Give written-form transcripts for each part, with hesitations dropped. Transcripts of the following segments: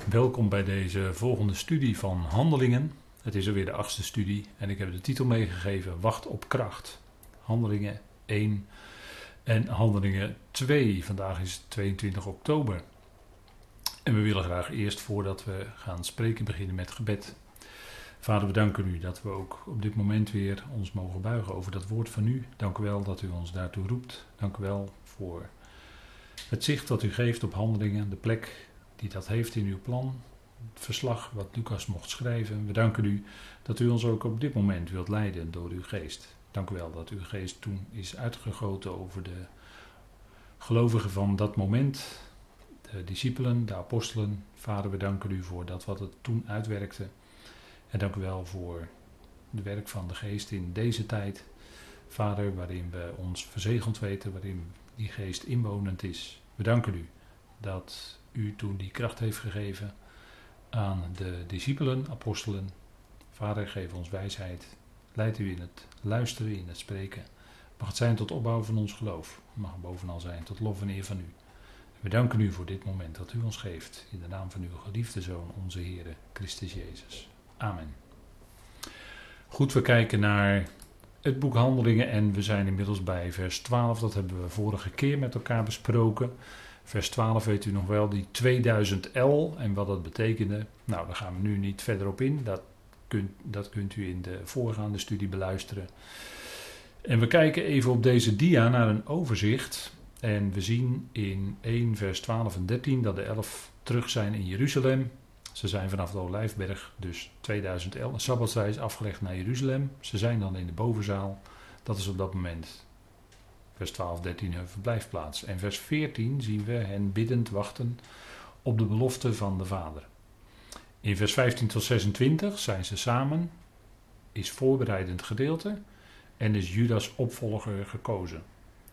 Welkom bij deze volgende studie van Handelingen. Het is alweer de 8e studie en ik heb de titel meegegeven: Wacht op kracht. Handelingen 1 en Handelingen 2. Vandaag is het 22 oktober. En we willen graag eerst, voordat we gaan spreken, beginnen met gebed. Vader, we danken u dat we ook op dit moment weer ons mogen buigen over dat woord van u. Dank u wel dat u ons daartoe roept. Dank u wel voor het zicht dat u geeft op Handelingen, de plek die dat heeft in uw plan, het verslag wat Lucas mocht schrijven. We danken u dat u ons ook op dit moment wilt leiden door uw geest. Dank u wel dat uw geest toen is uitgegoten over de gelovigen van dat moment, de discipelen, de apostelen. Vader, we danken u voor dat wat het toen uitwerkte. En dank u wel voor het werk van de geest in deze tijd. Vader, waarin we ons verzegeld weten, waarin die geest inwonend is. We danken u dat u toen die kracht heeft gegeven aan de discipelen, apostelen. Vader, geef ons wijsheid. Leid u in het luisteren, in het spreken. Mag het zijn tot opbouw van ons geloof. Mag het bovenal zijn tot lof en eer van u. We danken u voor dit moment dat u ons geeft. In de naam van uw geliefde Zoon, onze Heere, Christus Jezus. Amen. Goed, we kijken naar het boek Handelingen en we zijn inmiddels bij vers 12. Dat hebben we vorige keer met elkaar besproken. Vers 12 weet u nog wel, die 2000 L en wat dat betekende. Nou, daar gaan we nu niet verder op in. Dat kunt u in de voorgaande studie beluisteren. En we kijken even op deze dia naar een overzicht. En we zien in 1 vers 12 en 13 dat de 11 terug zijn in Jeruzalem. Ze zijn vanaf de Olijfberg, dus 2000 L, een sabbatsreis afgelegd naar Jeruzalem. Ze zijn dan in de bovenzaal. Dat is op dat moment vers 12, 13 hun verblijfplaats. En vers 14 zien we hen biddend wachten op de belofte van de Vader. In vers 15 tot 26 zijn ze samen, is voorbereidend gedeelte en is Judas opvolger gekozen.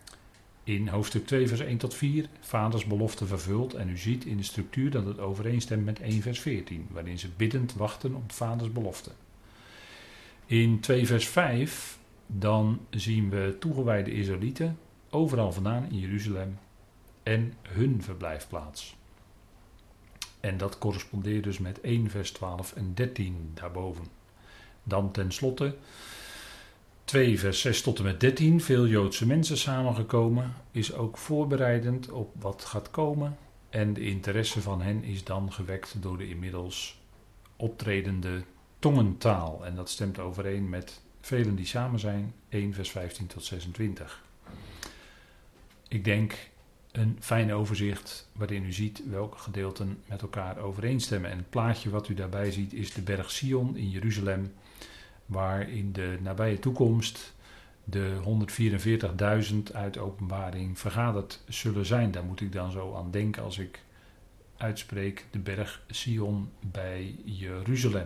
In hoofdstuk 2 vers 1 tot 4, vaders belofte vervuld en u ziet in de structuur dat het overeenstemt met 1 vers 14, waarin ze biddend wachten op vaders belofte. In 2 vers 5 dan zien we toegewijde Israëlieten overal vandaan in Jeruzalem en hun verblijfplaats. En dat correspondeert dus met 1 vers 12 en 13 daarboven. Dan tenslotte 2 vers 6 tot en met 13, veel Joodse mensen samengekomen, is ook voorbereidend op wat gaat komen. En de interesse van hen is dan gewekt door de inmiddels optredende tongentaal. En dat stemt overeen met velen die samen zijn, 1 vers 15 tot 26. Ik denk een fijn overzicht waarin u ziet welke gedeelten met elkaar overeenstemmen. En het plaatje wat u daarbij ziet is de berg Sion in Jeruzalem, waar in de nabije toekomst de 144.000 uit Openbaring vergaderd zullen zijn. Daar moet ik dan zo aan denken als ik uitspreek de berg Sion bij Jeruzalem.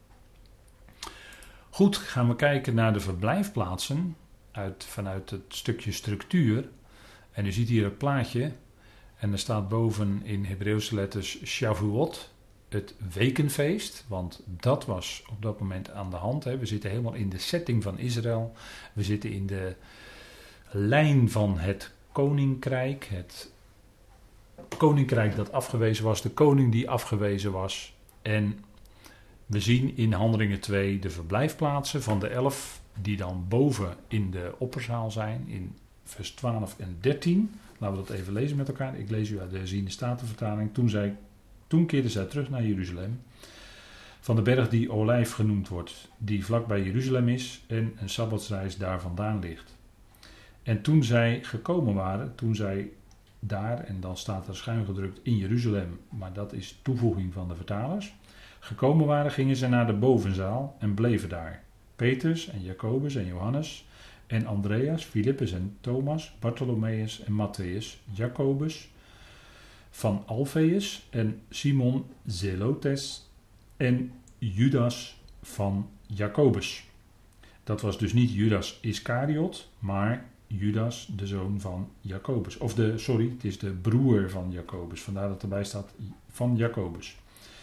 Goed, gaan we kijken naar de verblijfplaatsen vanuit het stukje structuur. En u ziet hier het plaatje en er staat boven in Hebreeuwse letters Shavuot, het wekenfeest, want dat was op dat moment aan de hand. We zitten helemaal in de setting van Israël. We zitten in de lijn van het koninkrijk. Het koninkrijk dat afgewezen was, de koning die afgewezen was. En we zien in Handelingen 2 de verblijfplaatsen van de 11 die dan boven in de opperzaal zijn, in vers 12 en 13. Laten we dat even lezen met elkaar. Ik lees u uit de herziene statenvertaling. Toen keerden zij terug naar Jeruzalem, van de berg die Olijf genoemd wordt, die vlakbij Jeruzalem is en een sabbatsreis daar vandaan ligt. En toen zij gekomen waren, toen zij daar, en dan staat er schuin gedrukt in Jeruzalem, maar dat is toevoeging van de vertalers, gekomen waren, gingen zij naar de bovenzaal en bleven daar. Petrus en Jacobus en Johannes en Andreas, Filippus en Thomas, Bartholomeus en Matthäus, Jacobus van Alfeus en Simon Zelotes en Judas van Jacobus. Dat was dus niet Judas Iskariot, maar Judas, de zoon van Jacobus. Het is de broer van Jacobus. Vandaar dat erbij staat van Jacobus.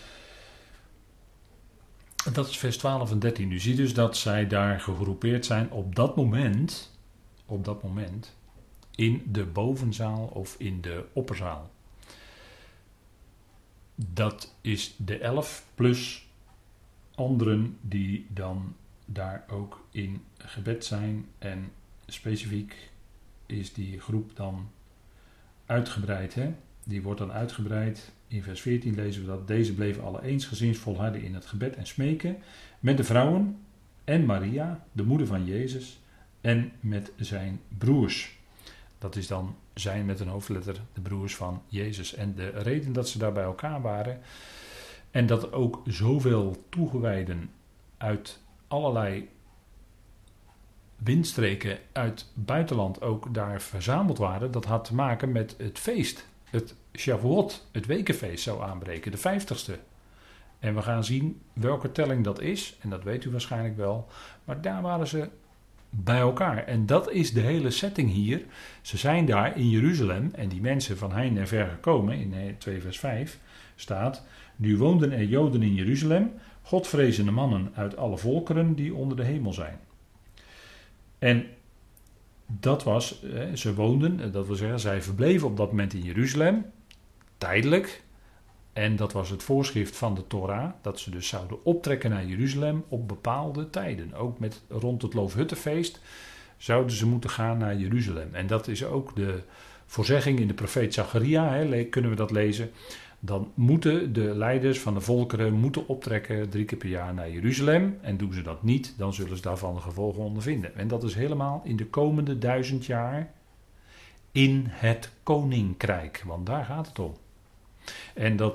Dat is vers 12 en 13. U ziet dus dat zij daar gegroepeerd zijn op dat moment in de bovenzaal of in de opperzaal. dat is de 11 plus anderen die dan daar ook in gebed zijn. En specifiek is die groep dan uitgebreid. Die wordt dan uitgebreid. In vers 14 lezen we dat deze bleven alle eensgezind volharden in het gebed en smeken. Met de vrouwen en Maria, de moeder van Jezus. En met zijn broers. Dat is dan zijn met een hoofdletter de broers van Jezus. En de reden dat ze daar bij elkaar waren. En dat ook zoveel toegewijden uit allerlei windstreken uit buitenland ook daar verzameld waren. Dat had te maken met het feest. Het Shavuot, het wekenfeest zou aanbreken, de 50ste. En we gaan zien welke telling dat is. En dat weet u waarschijnlijk wel. Maar daar waren ze bij elkaar. En dat is de hele setting hier. Ze zijn daar in Jeruzalem. En die mensen van heinde en ver gekomen. In 2 vers 5 staat. Nu woonden er Joden in Jeruzalem. Godvrezende mannen uit alle volkeren die onder de hemel zijn. En dat was, ze woonden, dat wil zeggen, zij verbleven op dat moment in Jeruzalem. Tijdelijk. En dat was het voorschrift van de Torah, dat ze dus zouden optrekken naar Jeruzalem op bepaalde tijden. Ook rond het Loofhuttenfeest zouden ze moeten gaan naar Jeruzalem. En dat is ook de voorzegging in de profeet Zacharia, kunnen we dat lezen. Dan moeten de leiders van de volkeren optrekken 3 keer per jaar naar Jeruzalem. En doen ze dat niet, dan zullen ze daarvan de gevolgen ondervinden. En dat is helemaal in de komende 1000 jaar in het koninkrijk. Want daar gaat het om. En dat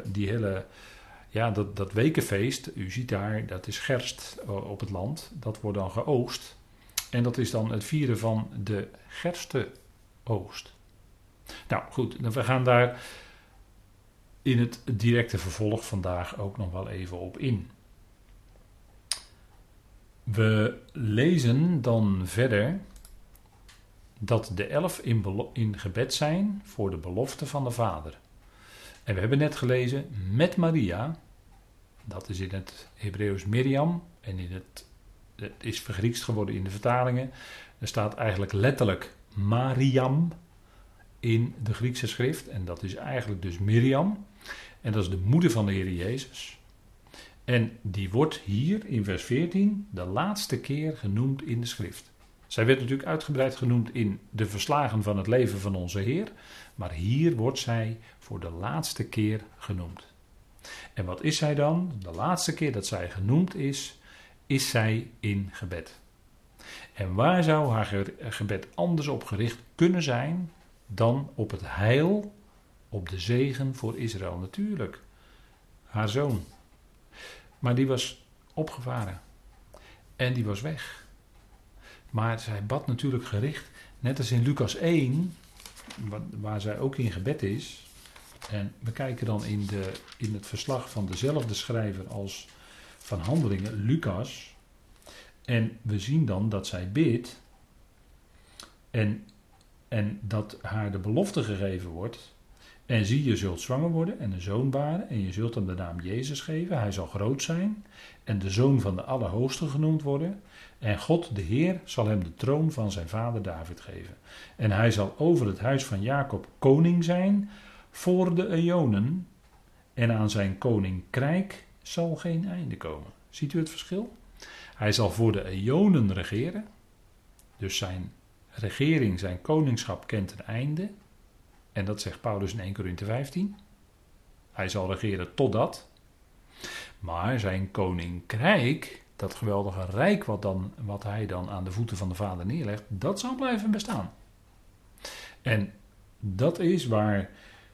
wekenfeest, u ziet daar, dat is gerst op het land. Dat wordt dan geoogst. En dat is dan het vieren van de gerstenoogst. Nou goed, we gaan daar in het directe vervolg vandaag ook nog wel even op in. We lezen dan verder dat de 11 in gebed zijn voor de belofte van de Vader. En we hebben net gelezen met Maria, dat is in het Hebreeuws Miriam, en het is vergriekst geworden in de vertalingen. Er staat eigenlijk letterlijk Mariam in de Griekse schrift, en dat is eigenlijk dus Miriam. En dat is de moeder van de Heer Jezus. En die wordt hier in vers 14 de laatste keer genoemd in de schrift. Zij werd natuurlijk uitgebreid genoemd in de verslagen van het leven van onze Heer. Maar hier wordt zij voor de laatste keer genoemd. En wat is zij dan? De laatste keer dat zij genoemd is zij in gebed. En waar zou haar gebed anders op gericht kunnen zijn dan op het heil, op de zegen voor Israël? Natuurlijk, haar zoon. Maar die was opgevaren. En die was weg. Maar zij bad natuurlijk gericht, net als in Lucas 1, waar zij ook in gebed is. En we kijken dan in het verslag van dezelfde schrijver als van Handelingen, Lucas. En we zien dan dat zij bidt. En dat haar de belofte gegeven wordt. En zie, je zult zwanger worden en een zoon baren. En je zult hem de naam Jezus geven. Hij zal groot zijn. En de zoon van de Allerhoogste genoemd worden. En God, de Heer, zal hem de troon van zijn vader David geven. En hij zal over het huis van Jacob koning zijn voor de eonen. En aan zijn koninkrijk zal geen einde komen. Ziet u het verschil? Hij zal voor de eonen regeren. Dus zijn regering, zijn koningschap kent een einde. En dat zegt Paulus in 1 Korinthe 15. Hij zal regeren totdat. Maar zijn koninkrijk, dat geweldige rijk wat hij dan aan de voeten van de Vader neerlegt, dat zal blijven bestaan. En dat is waar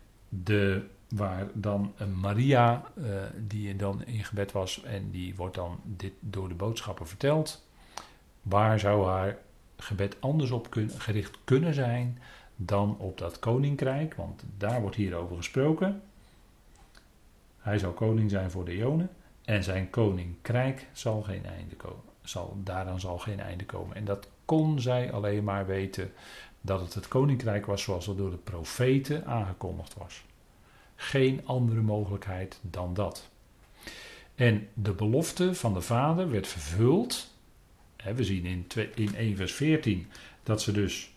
dan Maria, die dan in gebed was, en die wordt dan dit door de boodschapper verteld. Waar zou haar gebed anders op gericht kunnen zijn dan op dat koninkrijk? Want daar wordt hier over gesproken. Hij zal koning zijn voor de eonen. En zijn koninkrijk zal geen einde komen. Daaraan zal geen einde komen. En dat kon zij alleen maar weten, dat het koninkrijk was zoals het door de profeten aangekondigd was. Geen andere mogelijkheid dan dat. En de belofte van de Vader werd vervuld. We zien in 1 vers 14 dat ze dus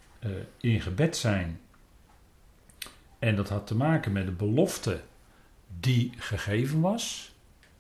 in gebed zijn. En dat had te maken met de belofte die gegeven was.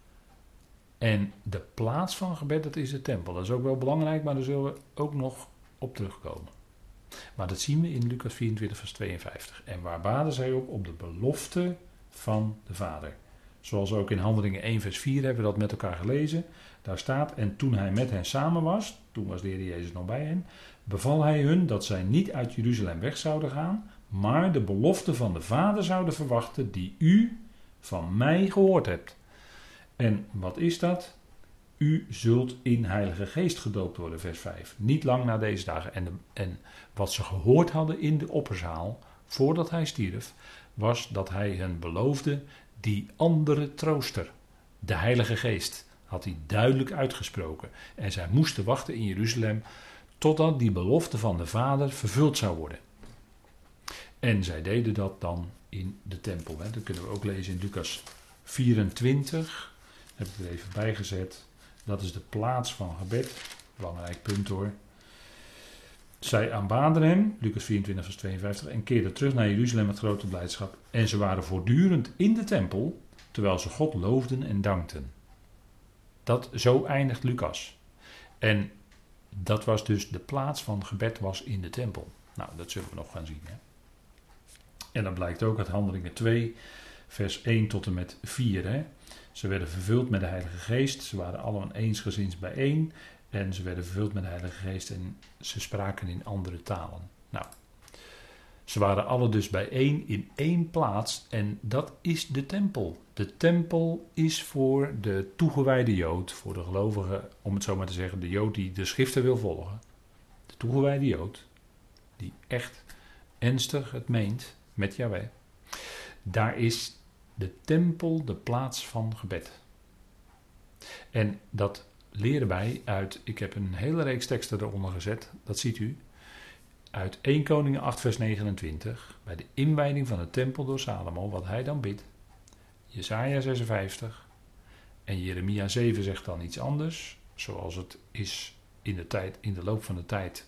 En de plaats van gebed, dat is de tempel. Dat is ook wel belangrijk, maar daar zullen we ook nog op terugkomen. Maar dat zien we in Lucas 24 vers 52. En waar baden zij op de belofte van de Vader. Zoals ook in Handelingen 1 vers 4 hebben we dat met elkaar gelezen. Daar staat, en toen hij met hen samen was, toen was de Heer Jezus nog bij hen, beval hij hun dat zij niet uit Jeruzalem weg zouden gaan, maar de belofte van de Vader zouden verwachten die u van mij gehoord hebt. En wat is dat? U zult in Heilige Geest gedoopt worden, vers 5. Niet lang na deze dagen. En wat ze gehoord hadden in de opperzaal, voordat hij stierf, was dat hij hen beloofde, die andere trooster, de Heilige Geest, had hij duidelijk uitgesproken. En zij moesten wachten in Jeruzalem, totdat die belofte van de Vader vervuld zou worden. En zij deden dat dan in de tempel. Hè. Dat kunnen we ook lezen in Lucas 24. Heb ik er even bijgezet. Dat is de plaats van gebed. Belangrijk punt hoor. Zij aanbaden hem, Lucas 24 vers 52, en keerden terug naar Jeruzalem met grote blijdschap. En ze waren voortdurend in de tempel, terwijl ze God loofden en dankten. Zo eindigt Lucas. En dat was dus de plaats van gebed was in de tempel. Nou, dat zullen we nog gaan zien. Hè? En dat blijkt ook uit Handelingen 2, vers 1 tot en met 4. Hè? Ze werden vervuld met de Heilige Geest. Ze waren allemaal eensgezind bijeen. En ze werden vervuld met de Heilige Geest en ze spraken in andere talen. Nou, ze waren alle dus bijeen in één plaats en dat is de tempel. De tempel is voor de toegewijde Jood, voor de gelovige, om het zo maar te zeggen, de Jood die de schriften wil volgen. De toegewijde Jood, die echt ernstig het meent met Yahweh. Daar is de tempel de plaats van gebed. En dat leren wij uit, ik heb een hele reeks teksten eronder gezet, dat ziet u, uit 1 Koningen 8 vers 29, bij de inwijding van de tempel door Salomo, wat hij dan bidt, Jesaja 56 en Jeremia 7 zegt dan iets anders, zoals het is in de loop van de tijd,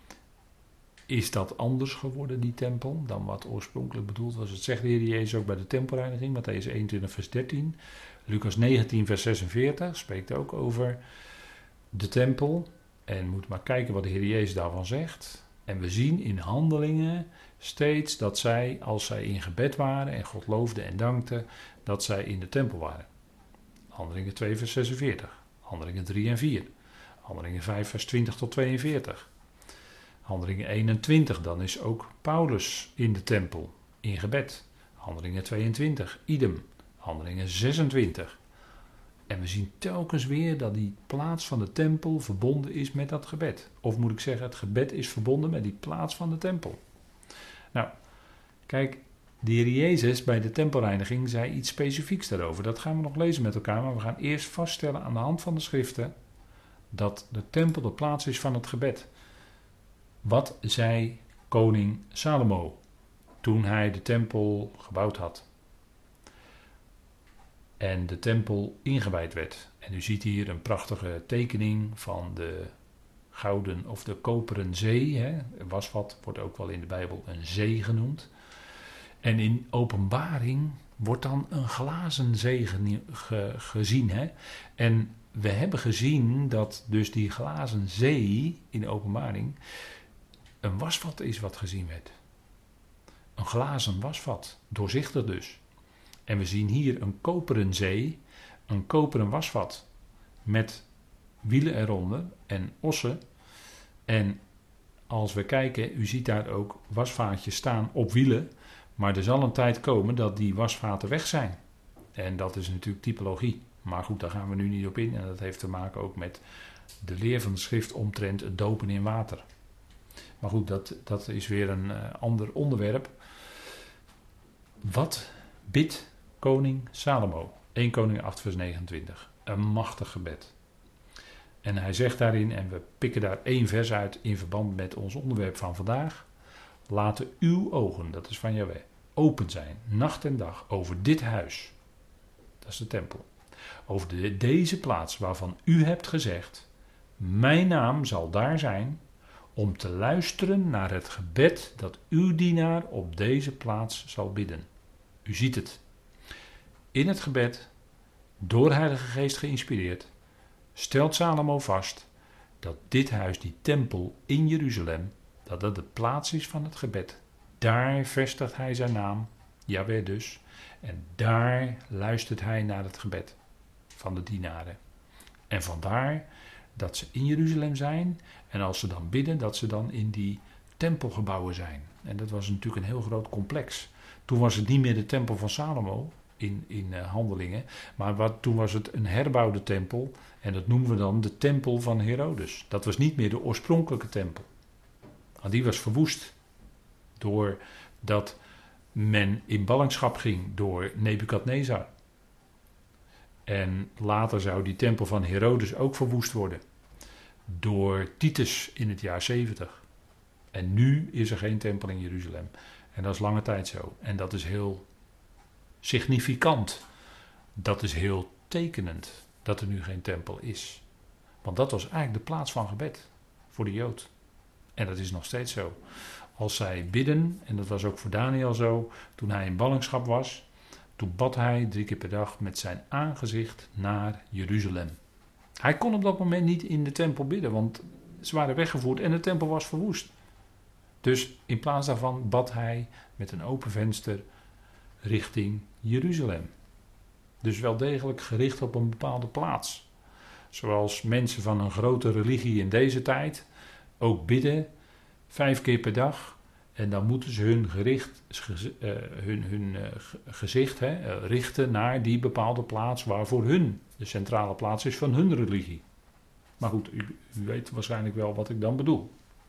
is dat anders geworden, die tempel, dan wat oorspronkelijk bedoeld was. Het zegt de Heer Jezus ook bij de tempelreiniging, Mattheüs 21 vers 13, Lucas 19 vers 46 spreekt ook over de tempel. En moet maar kijken wat de Heer Jezus daarvan zegt. En we zien in Handelingen steeds dat zij, als zij in gebed waren en God loofden en dankten, dat zij in de tempel waren. Handelingen 2 vers 46, Handelingen 3 en 4, Handelingen 5 vers 20 tot 42. Handelingen 21, dan is ook Paulus in de tempel, in gebed. Handelingen 22, idem. Handelingen 26. En we zien telkens weer dat die plaats van de tempel verbonden is met dat gebed. Of moet ik zeggen, het gebed is verbonden met die plaats van de tempel. Nou, kijk, de Heer Jezus bij de tempelreiniging zei iets specifieks daarover. Dat gaan we nog lezen met elkaar, maar we gaan eerst vaststellen aan de hand van de schriften dat de tempel de plaats is van het gebed. Wat zei koning Salomo toen hij de tempel gebouwd had? En de tempel ingewijd werd. En u ziet hier een prachtige tekening van de gouden of de koperen zee. Hè. Wasvat wordt ook wel in de Bijbel een zee genoemd. En in Openbaring wordt dan een glazen zee gezien. Hè. En we hebben gezien dat dus die glazen zee in de Openbaring een wasvat is wat gezien werd. Een glazen wasvat, doorzichtig dus. En we zien hier een koperen zee, een koperen wasvat met wielen eronder en ossen. En als we kijken, u ziet daar ook wasvaatjes staan op wielen. Maar er zal een tijd komen dat die wasvaten weg zijn. En dat is natuurlijk typologie. Maar goed, daar gaan we nu niet op in. En dat heeft te maken ook met de leer van de schrift omtrent het dopen in water. Maar goed, dat is weer een ander onderwerp. Wat bidt koning Salomo? 1 Koning 8 vers 29. Een machtig gebed. En hij zegt daarin, en we pikken daar 1 vers uit in verband met ons onderwerp van vandaag. Laten uw ogen, dat is van Yahweh, open zijn, nacht en dag, over dit huis. Dat is de tempel. Over deze plaats waarvan u hebt gezegd, mijn naam zal daar zijn, om te luisteren naar het gebed dat uw dienaar op deze plaats zal bidden. U ziet het. in het gebed, door de Heilige Geest geïnspireerd, stelt Salomo vast dat dit huis, die tempel in Jeruzalem, dat dat de plaats is van het gebed. Daar vestigt hij zijn naam, Jahweh dus, en daar luistert hij naar het gebed van de dienaren. En vandaar dat ze in Jeruzalem zijn en als ze dan bidden, dat ze dan in die tempelgebouwen zijn. En dat was natuurlijk een heel groot complex. Toen was het niet meer de tempel van Salomo in Handelingen, maar toen was het een herbouwde tempel en dat noemen we dan de tempel van Herodes. Dat was niet meer de oorspronkelijke tempel. Want die was verwoest doordat men in ballingschap ging door Nebukadnezar. En later zou die tempel van Herodes ook verwoest worden door Titus in het jaar 70. En nu is er geen tempel in Jeruzalem. En dat is lange tijd zo. En dat is heel significant. Dat is heel tekenend dat er nu geen tempel is. Want dat was eigenlijk de plaats van gebed voor de Jood. En dat is nog steeds zo. Als zij bidden, en dat was ook voor Daniel zo, toen hij in ballingschap was, toen bad hij 3 keer per dag met zijn aangezicht naar Jeruzalem. Hij kon op dat moment niet in de tempel bidden, want ze waren weggevoerd en de tempel was verwoest. Dus in plaats daarvan bad hij met een open venster richting Jeruzalem. Dus wel degelijk gericht op een bepaalde plaats. Zoals mensen van een grote religie in deze tijd ook bidden 5 keer per dag. En dan moeten ze hun gezicht richten naar die bepaalde plaats waarvoor hun de centrale plaats is van hun religie. Maar goed, u weet waarschijnlijk wel wat ik dan bedoel.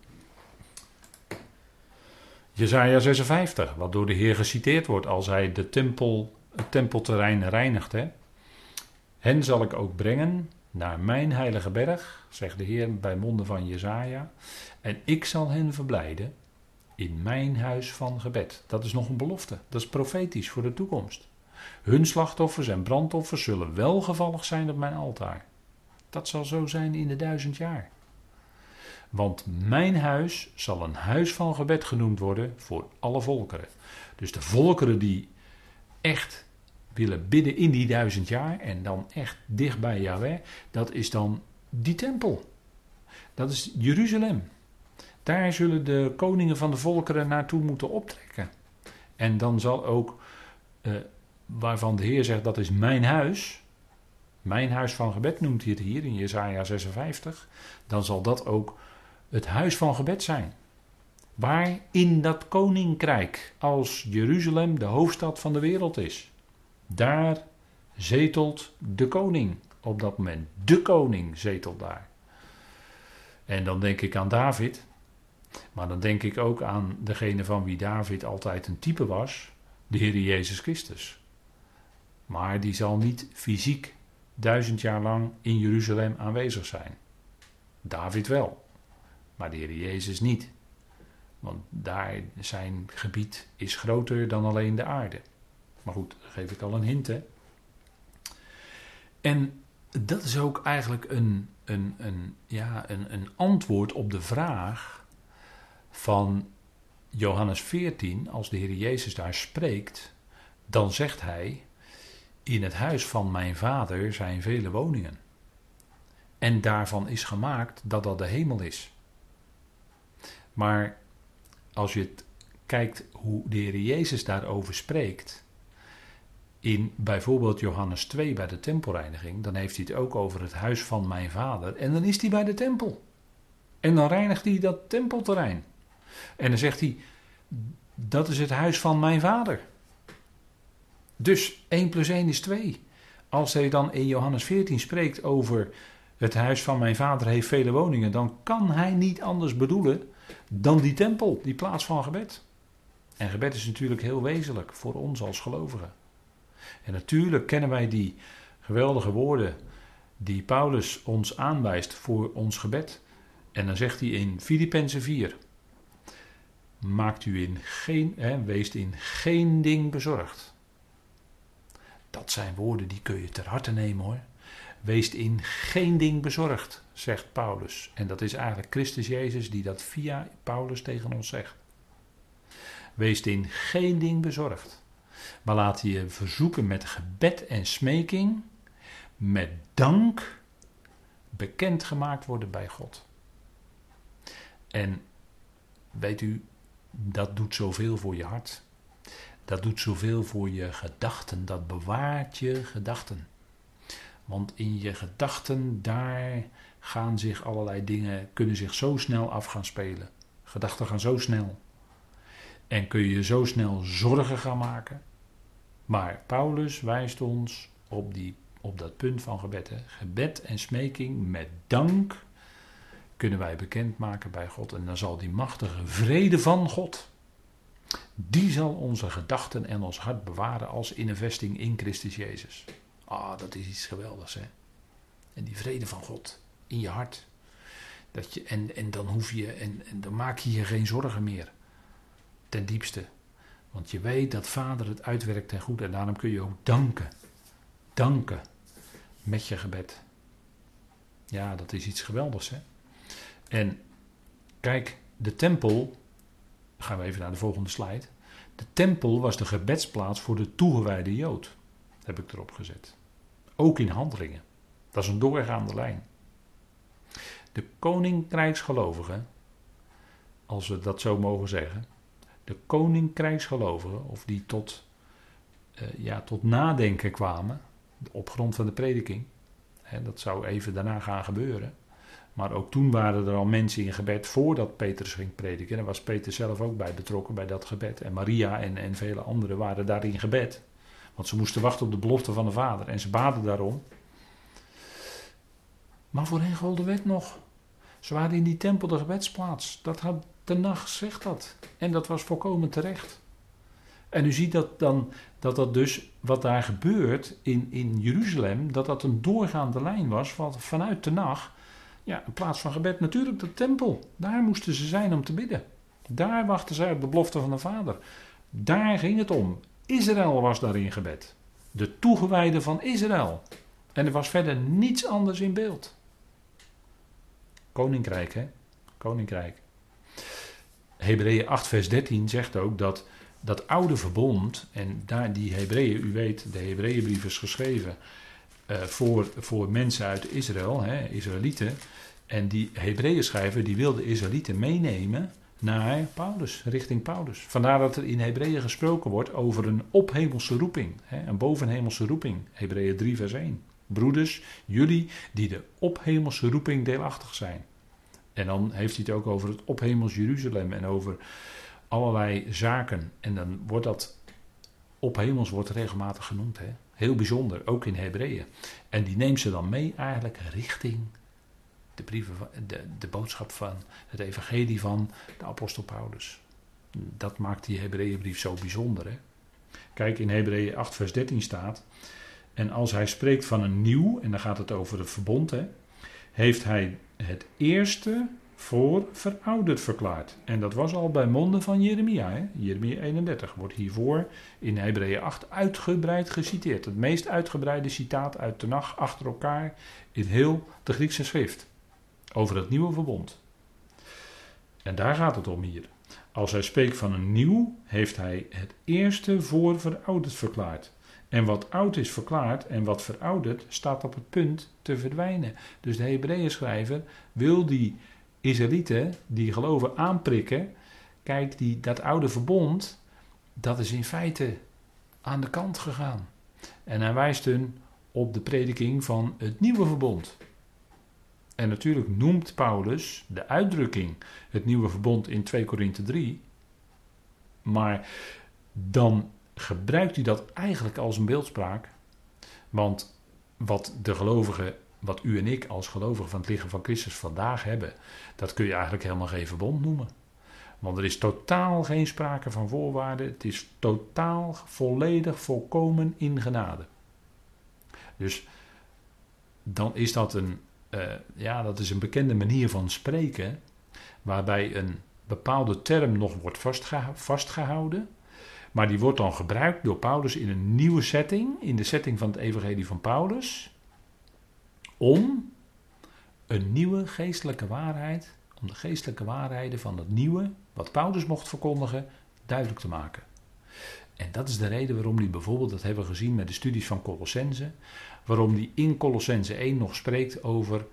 Jesaja 56, wat door de Heer geciteerd wordt als hij het tempelterrein reinigt. Hen zal ik ook brengen naar mijn heilige berg, zegt de Heer bij monden van Jesaja. En ik zal hen verblijden in mijn huis van gebed. Dat is nog een belofte. Dat is profetisch voor de toekomst. Hun slachtoffers en brandoffers zullen welgevallig zijn op mijn altaar. Dat zal zo zijn in de 1000 jaar. Want mijn huis zal een huis van gebed genoemd worden voor alle volkeren. Dus de volkeren die echt willen bidden in die 1000 jaar en dan echt dicht bij Jahweh, dat is dan die tempel. Dat is Jeruzalem. Daar zullen de koningen van de volkeren naartoe moeten optrekken. En dan zal ook, waarvan de Heer zegt dat is mijn huis van gebed noemt hij het hier in Jesaja 56, dan zal dat ook het huis van gebed zijn. Waar in dat koninkrijk, als Jeruzalem de hoofdstad van de wereld is, daar zetelt de koning op dat moment. De koning zetelt daar. En dan denk ik aan David, maar dan denk ik ook aan degene van wie David altijd een type was, de Heer Jezus Christus. Maar die zal niet fysiek 1000 jaar lang in Jeruzalem aanwezig zijn. David wel, maar de Heer Jezus niet. Want daar zijn gebied is groter dan alleen de aarde. Maar goed, daar geef ik al een hint, hè. En dat is ook eigenlijk een antwoord op de vraag van Johannes 14. Als de Heer Jezus daar spreekt, dan zegt hij: in het huis van mijn vader zijn vele woningen. En daarvan is gemaakt dat dat de hemel is. Maar als je het kijkt hoe de Heer Jezus daarover spreekt, in bijvoorbeeld Johannes 2 bij de tempelreiniging, dan heeft hij het ook over het huis van mijn vader. En dan is hij bij de tempel. En dan reinigt hij dat tempelterrein. En dan zegt hij, dat is het huis van mijn vader. Dus 1 plus 1 is 2. Als hij dan in Johannes 14 spreekt over het huis van mijn vader heeft vele woningen, dan kan hij niet anders bedoelen dan die tempel, die plaats van gebed. En gebed is natuurlijk heel wezenlijk voor ons als gelovigen. En natuurlijk kennen wij die geweldige woorden die Paulus ons aanwijst voor ons gebed. En dan zegt hij in Filippenzen 4, wees in geen ding bezorgd. Dat zijn woorden die kun je ter harte nemen, hoor. Wees in geen ding bezorgd, zegt Paulus. En dat is eigenlijk Christus Jezus die dat via Paulus tegen ons zegt. Wees in geen ding bezorgd. Maar laat je verzoeken met gebed en smeking, met dank, bekendgemaakt worden bij God. En weet u, dat doet zoveel voor je hart. Dat doet zoveel voor je gedachten. Dat bewaart je gedachten. Want in je gedachten, daar gaan zich allerlei dingen, kunnen zich zo snel af gaan spelen. Gedachten gaan zo snel. En kun je zo snel zorgen gaan maken. Maar Paulus wijst ons op dat punt van gebed. Hè. Gebed en smeking met dank kunnen wij bekendmaken bij God. En dan zal die machtige vrede van God, die zal onze gedachten en ons hart bewaren als in een vesting in Christus Jezus. Dat is iets geweldigs, hè. En die vrede van God in je hart. En dan hoef je, en dan maak je je geen zorgen meer. Ten diepste. Want je weet dat Vader het uitwerkt ten goede. En daarom kun je ook danken. Danken. Met je gebed. Ja, dat is iets geweldigs, hè. En kijk, de tempel. Gaan we even naar de volgende slide. De tempel was de gebedsplaats voor de toegewijde Jood. Heb ik erop gezet. Ook in Handelingen. Dat is een doorgaande lijn. De koninkrijksgelovigen, als we dat zo mogen zeggen, de koninkrijksgelovigen, of die tot nadenken kwamen, op grond van de prediking, dat zou even daarna gaan gebeuren. Maar ook toen waren er al mensen in gebed voordat Petrus ging prediken. Daar was Peter zelf ook bij betrokken bij dat gebed. En Maria en vele anderen waren daar in gebed. Want ze moesten wachten op de belofte van de Vader. En ze baden daarom. Maar voor hen gold de wet nog. Ze waren in die tempel de gebedsplaats. Dat had Tenach gezegd dat. En dat was volkomen terecht. En u ziet dat dus wat daar gebeurt in Jeruzalem, dat een doorgaande lijn was vanuit Tenach. Ja, een plaats van gebed natuurlijk de tempel. Daar moesten ze zijn om te bidden. Daar wachten zij op de belofte van de Vader. Daar ging het om. Israël was daar in gebed. De toegewijden van Israël. En er was verder niets anders in beeld. Koninkrijk, hè? Koninkrijk. Hebreeën 8 vers 13 zegt ook dat oude verbond, en daar die Hebreeën, u weet, de Hebreeënbrief is geschreven voor mensen uit Israël, hè, Israëlieten. En die Hebreeën schrijver, die wilde Israëlieten meenemen naar Paulus, richting Paulus. Vandaar dat er in Hebreeën gesproken wordt over een ophemelse roeping, hè, een bovenhemelse roeping. Hebreeën 3 vers 1. Broeders, jullie die de ophemelse roeping deelachtig zijn. En dan heeft hij het ook over het ophemels Jeruzalem en over allerlei zaken. En dan wordt dat ophemels wordt regelmatig genoemd. Hè? Heel bijzonder, ook in Hebreeën. En die neemt ze dan mee eigenlijk richting de brieven, de boodschap van het evangelie van de apostel Paulus. Dat maakt die Hebreeënbrief zo bijzonder. Hè? Kijk, in Hebreeën 8 vers 13 staat: en als hij spreekt van een nieuw, en dan gaat het over het verbond, hè, heeft hij het eerste voor verouderd verklaard. En dat was al bij monden van Jeremia. Hè? Jeremia 31 wordt hiervoor in Hebreeën 8 uitgebreid geciteerd. Het meest uitgebreide citaat uit Tenach achter elkaar in heel de Griekse schrift. Over het nieuwe verbond. En daar gaat het om hier. Als hij spreekt van een nieuw, heeft hij het eerste voor verouderd verklaard. En wat oud is verklaard en wat verouderd staat op het punt te verdwijnen. Dus de Hebreeën schrijver wil die Israëlieten, die geloven, aanprikken. Kijk, dat oude verbond, dat is in feite aan de kant gegaan. En hij wijst hun op de prediking van het nieuwe verbond. En natuurlijk noemt Paulus de uitdrukking het nieuwe verbond in 2 Korinthe 3. Maar dan gebruikt hij dat eigenlijk als een beeldspraak. Want wat de gelovigen, wat u en ik als gelovigen van het lichaam van Christus vandaag hebben, dat kun je eigenlijk helemaal geen verbond noemen. Want er is totaal geen sprake van voorwaarden. Het is totaal, volledig, volkomen in genade. Dus dan is dat dat is een bekende manier van spreken, waarbij een bepaalde term nog wordt vastgehouden. Maar die wordt dan gebruikt door Paulus in een nieuwe setting, in de setting van het evangelie van Paulus, om een nieuwe geestelijke waarheid, om de geestelijke waarheden van het nieuwe, wat Paulus mocht verkondigen, duidelijk te maken. En dat is de reden waarom hij bijvoorbeeld, dat hebben we gezien met de studies van Colossense, waarom hij in Colossense 1 nog spreekt over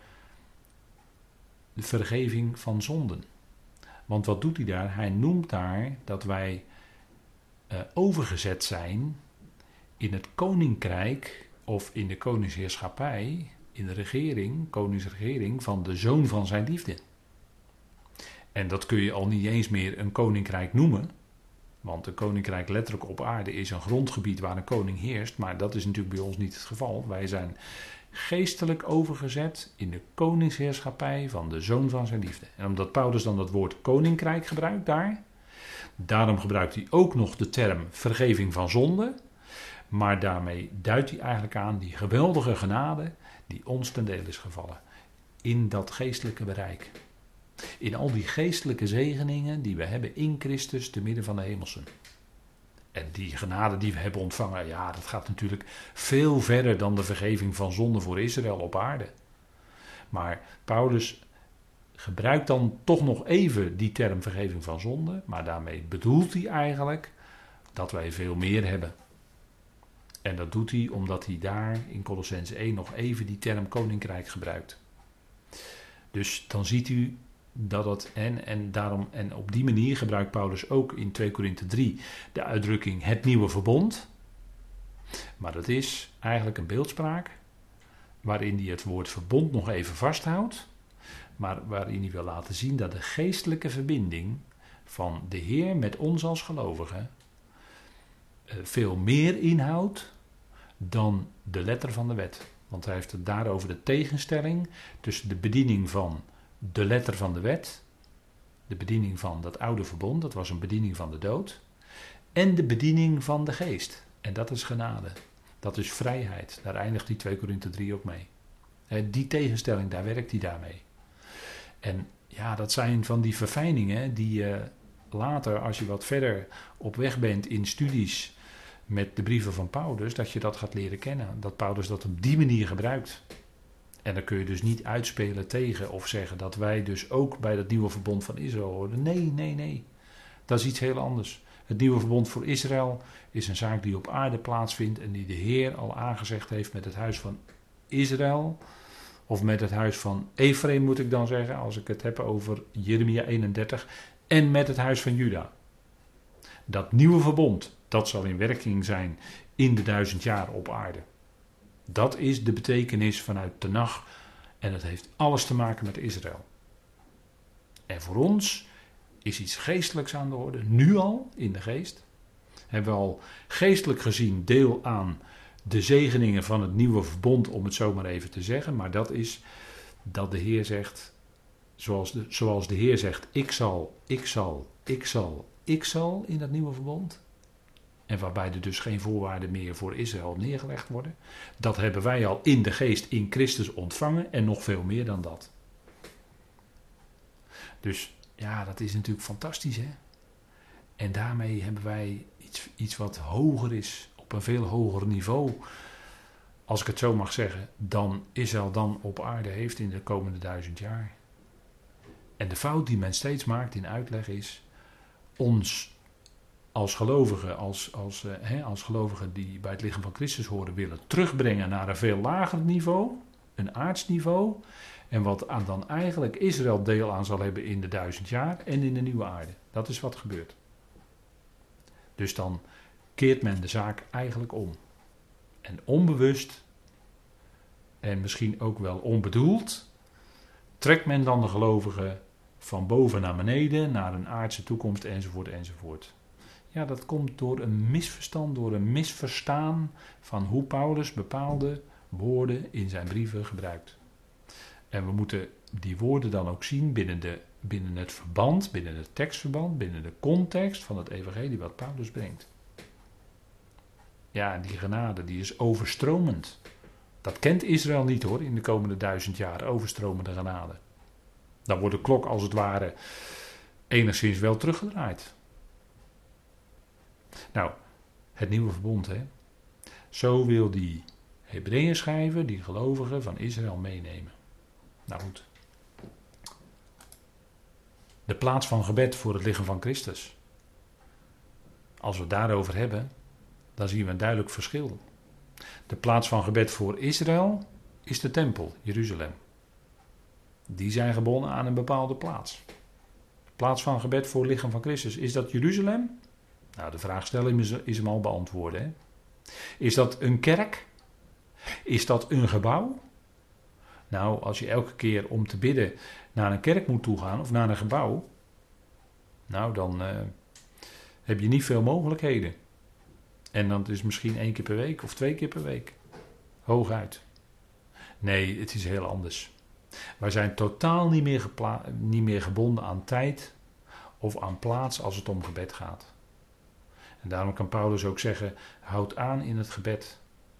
de vergeving van zonden. Want wat doet hij daar? Hij noemt daar dat wij overgezet zijn in het koninkrijk of in de koningsheerschappij, in de regering, koningsregering van de zoon van zijn liefde. En dat kun je al niet eens meer een koninkrijk noemen. Want een koninkrijk letterlijk op aarde is een grondgebied waar een koning heerst. Maar dat is natuurlijk bij ons niet het geval. Wij zijn geestelijk overgezet in de koningsheerschappij van de zoon van zijn liefde. En omdat Paulus dan dat woord koninkrijk gebruikt daar, daarom gebruikt hij ook nog de term vergeving van zonde. Maar daarmee duidt hij eigenlijk aan die geweldige genade die ons ten deel is gevallen. In dat geestelijke bereik. In al die geestelijke zegeningen die we hebben in Christus te midden van de hemelsen. En die genade die we hebben ontvangen, ja, dat gaat natuurlijk veel verder dan de vergeving van zonde voor Israël op aarde. Maar Paulus gebruikt dan toch nog even die term vergeving van zonde, maar daarmee bedoelt hij eigenlijk dat wij veel meer hebben. En dat doet hij omdat hij daar in Colossense 1 nog even die term koninkrijk gebruikt. Dus dan ziet u dat het, en op die manier gebruikt Paulus ook in 2 Korinthe 3 de uitdrukking het nieuwe verbond. Maar dat is eigenlijk een beeldspraak waarin hij het woord verbond nog even vasthoudt. Maar waarin hij wil laten zien dat de geestelijke verbinding van de Heer met ons als gelovigen veel meer inhoudt dan de letter van de wet. Want hij heeft het daarover de tegenstelling tussen de bediening van de letter van de wet, de bediening van dat oude verbond, dat was een bediening van de dood, en de bediening van de geest. En dat is genade. Dat is vrijheid. Daar eindigt die 2 Korinthe 3 ook mee. Die tegenstelling, daar werkt hij daarmee. En ja, dat zijn van die verfijningen die je later, als je wat verder op weg bent in studies met de brieven van Paulus, dat je dat gaat leren kennen. Dat Paulus dat op die manier gebruikt. En dan kun je dus niet uitspelen tegen of zeggen dat wij dus ook bij dat nieuwe verbond van Israël horen. Nee. Dat is iets heel anders. Het nieuwe verbond voor Israël is een zaak die op aarde plaatsvindt en die de Heer al aangezegd heeft met het huis van Israël. Of met het huis van Ephraim moet ik dan zeggen, als ik het heb over Jeremia 31. En met het huis van Juda. Dat nieuwe verbond, dat zal in werking zijn in de 1000 jaar op aarde. Dat is de betekenis vanuit Tenach. En dat heeft alles te maken met Israël. En voor ons is iets geestelijks aan de orde. Nu al, in de geest. Hebben we al geestelijk gezien deel aan de zegeningen van het nieuwe verbond, om het zo maar even te zeggen. Maar dat is dat de Heer zegt, zoals de Heer zegt, ik zal in dat nieuwe verbond. En waarbij er dus geen voorwaarden meer voor Israël neergelegd worden. Dat hebben wij al in de geest in Christus ontvangen en nog veel meer dan dat. Dus ja, dat is natuurlijk fantastisch, hè. En daarmee hebben wij iets wat hoger is, op een veel hoger niveau, als ik het zo mag zeggen, dan Israël dan op aarde heeft in de komende 1000 jaar. En de fout die men steeds maakt in uitleg is, ons als gelovigen, als gelovigen die bij het lichaam van Christus horen, willen terugbrengen naar een veel lager niveau, een aards niveau, en wat dan eigenlijk Israël deel aan zal hebben in de 1000 jaar en in de nieuwe aarde. Dat is wat gebeurt. Dus dan keert men de zaak eigenlijk om. En onbewust, en misschien ook wel onbedoeld, trekt men dan de gelovigen van boven naar beneden, naar een aardse toekomst, enzovoort. Ja, dat komt door een misverstand, door een misverstaan van hoe Paulus bepaalde woorden in zijn brieven gebruikt. En we moeten die woorden dan ook zien binnen het verband, binnen het tekstverband, binnen de context van het evangelie wat Paulus brengt. Ja, die genade die is overstromend. Dat kent Israël niet hoor, in de komende 1000 jaar, overstromende genade. Dan wordt de klok als het ware enigszins wel teruggedraaid. Nou, het nieuwe verbond, hè. Zo wil die Hebreeën schrijver, die gelovigen van Israël meenemen. Nou goed. De plaats van gebed voor het lichaam van Christus. Als we het daarover hebben, dan zien we een duidelijk verschil. De plaats van gebed voor Israël is de tempel, Jeruzalem. Die zijn gebonden aan een bepaalde plaats. De plaats van gebed voor het lichaam van Christus, is dat Jeruzalem? Nou, de vraagstelling is hem al beantwoorden. Hè? Is dat een kerk? Is dat een gebouw? Nou, als je elke keer om te bidden naar een kerk moet toegaan of naar een gebouw, nou dan heb je niet veel mogelijkheden. En dan is het misschien 1 keer per week of 2 keer per week. Hooguit. Nee, het is heel anders. Wij zijn totaal niet meer gebonden aan tijd of aan plaats als het om gebed gaat. En daarom kan Paulus ook zeggen, houd aan in het gebed.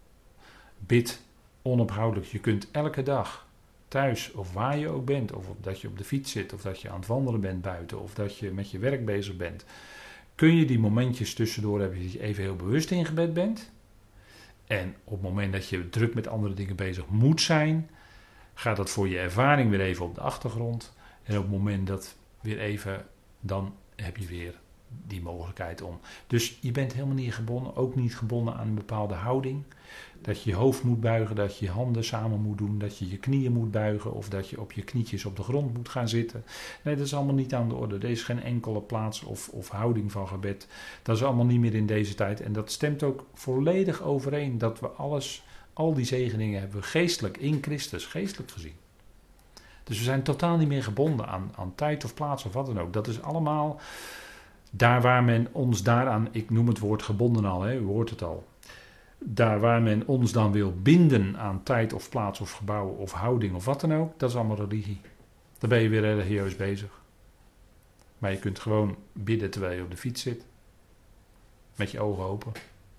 Bid onophoudelijk. Je kunt elke dag thuis of waar je ook bent, of dat je op de fiets zit, of dat je aan het wandelen bent buiten, of dat je met je werk bezig bent, kun je die momentjes tussendoor hebben dat je even heel bewust in gebed bent. En op het moment dat je druk met andere dingen bezig moet zijn, gaat dat voor je ervaring weer even op de achtergrond. En op het moment dat weer even, dan heb je weer die mogelijkheid om. Dus je bent helemaal niet gebonden, ook niet gebonden aan een bepaalde houding. Dat je je hoofd moet buigen, dat je je handen samen moet doen, dat je je knieën moet buigen of dat je op je knietjes op de grond moet gaan zitten. Nee, dat is allemaal niet aan de orde. Er is geen enkele plaats of houding van gebed. Dat is allemaal niet meer in deze tijd. En dat stemt ook volledig overeen dat we al die zegeningen hebben geestelijk in Christus, geestelijk gezien. Dus we zijn totaal niet meer gebonden aan tijd of plaats of wat dan ook. Dat is allemaal daar waar men ons daaraan, ik noem het woord gebonden al, hè, u hoort het al. Daar waar men ons dan wil binden aan tijd of plaats of gebouw of houding of wat dan ook, dat is allemaal religie. Dan ben je weer religieus bezig. Maar je kunt gewoon bidden terwijl je op de fiets zit. Met je ogen open.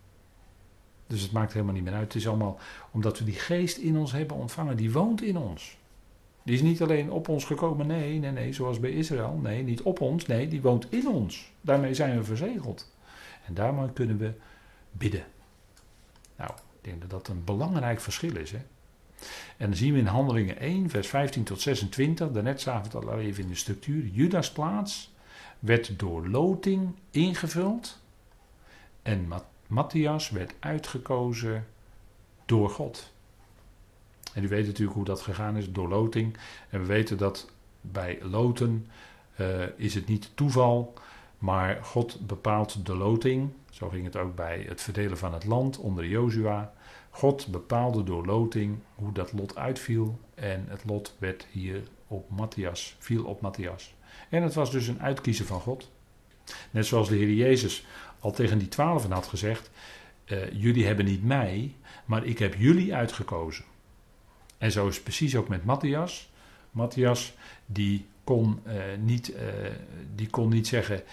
Dus het maakt helemaal niet meer uit. Het is allemaal omdat we die geest in ons hebben ontvangen. Die woont in ons. Die is niet alleen op ons gekomen. Nee, zoals bij Israël. Nee, niet op ons. Nee, die woont in ons. Daarmee zijn we verzegeld. En daarmee kunnen we bidden. Nou, ik denk dat dat een belangrijk verschil is. Hè? En dan zien we in Handelingen 1, vers 15 tot 26. Daarnet zagen we het al even in de structuur. Judas' plaats werd door loting ingevuld. En Matthias werd uitgekozen door God. En u weet natuurlijk hoe dat gegaan is, door loting. En we weten dat bij loten is het niet toeval, maar God bepaalt de loting. Zo ging het ook bij het verdelen van het land onder Jozua. God bepaalde door loting hoe dat lot uitviel. En het lot werd hier op Matthias, viel op Matthias. En het was dus een uitkiezen van God. Net zoals de Heer Jezus al tegen die 12 had gezegd, jullie hebben niet mij, maar ik heb jullie uitgekozen. En zo is het precies ook met Matthias. Matthias die kon niet zeggen,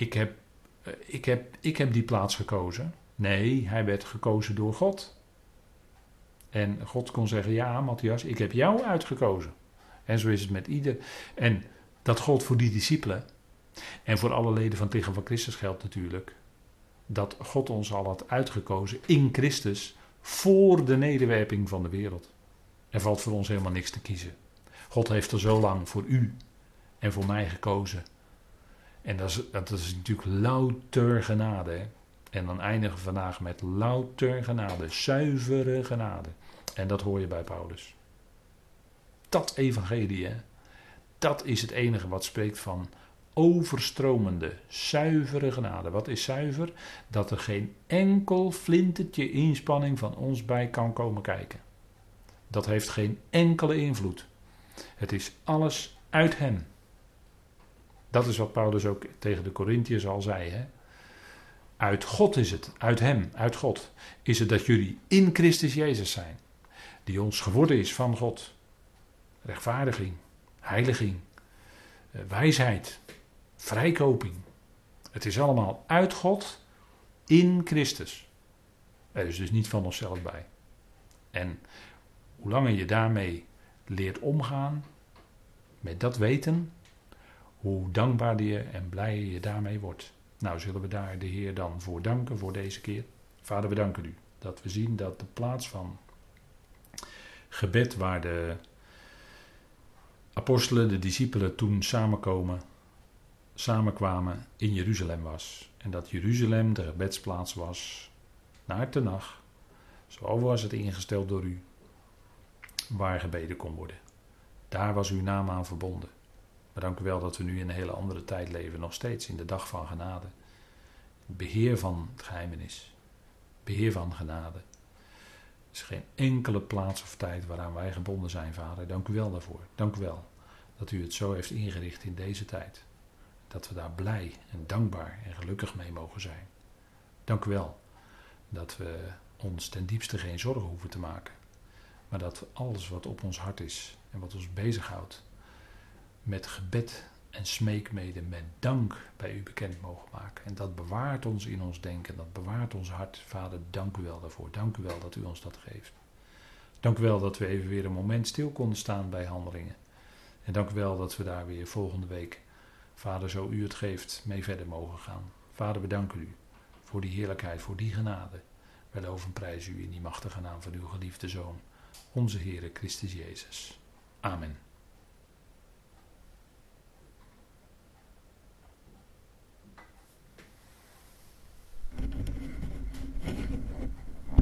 ik heb die plaats gekozen. Nee, hij werd gekozen door God. En God kon zeggen, ja Matthias, ik heb jou uitgekozen. En zo is het met ieder. En dat gold voor die discipelen. En voor alle leden van het lichaam van Christus geldt natuurlijk. Dat God ons al had uitgekozen in Christus voor de nederwerping van de wereld. Er valt voor ons helemaal niks te kiezen. God heeft er zo lang voor u en voor mij gekozen. En dat is natuurlijk louter genade. Hè? En dan eindigen we vandaag met louter genade, zuivere genade. En dat hoor je bij Paulus. Dat evangelie, hè? Dat is het enige wat spreekt van overstromende, zuivere genade. Wat is zuiver? Dat er geen enkel flintertje inspanning van ons bij kan komen kijken. Dat heeft geen enkele invloed. Het is alles uit hem. Dat is wat Paulus ook tegen de Korintiërs al zei. Hè? Uit God is het, uit hem, uit God. Is het dat jullie in Christus Jezus zijn. Die ons geworden is van God. Rechtvaardiging, heiliging, wijsheid, vrijkoping. Het is allemaal uit God in Christus. Er is dus niet van onszelf bij. En hoe langer je daarmee leert omgaan, met dat weten, hoe dankbaarder je en blijer je daarmee wordt. Nou, zullen we daar de Heer dan voor danken voor deze keer. Vader, we danken u dat we zien dat de plaats van gebed waar de apostelen, de discipelen toen samenkomen, samenkwamen in Jeruzalem was. En dat Jeruzalem de gebedsplaats was naar Tenach. Zo was het ingesteld door u, waar gebeden kon worden. Daar was uw naam aan verbonden. Maar dank u wel dat we nu in een hele andere tijd leven, nog steeds in de dag van genade. Beheer van het geheimenis. Beheer van genade. Er is geen enkele plaats of tijd waaraan wij gebonden zijn, Vader. Dank u wel daarvoor. Dank u wel dat u het zo heeft ingericht in deze tijd. Dat we daar blij en dankbaar en gelukkig mee mogen zijn. Dank u wel dat we ons ten diepste geen zorgen hoeven te maken. Maar dat we alles wat op ons hart is en wat ons bezighoudt, met gebed en smeekmede, met dank bij u bekend mogen maken. En dat bewaart ons in ons denken, dat bewaart ons hart. Vader, dank u wel daarvoor. Dank u wel dat u ons dat geeft. Dank u wel dat we even weer een moment stil konden staan bij Handelingen. En dank u wel dat we daar weer volgende week, Vader, zo u het geeft, mee verder mogen gaan. Vader, we danken u voor die heerlijkheid, voor die genade. Wij loven en prijzen u in die machtige naam van uw geliefde Zoon, onze Heere Christus Jezus. Amen.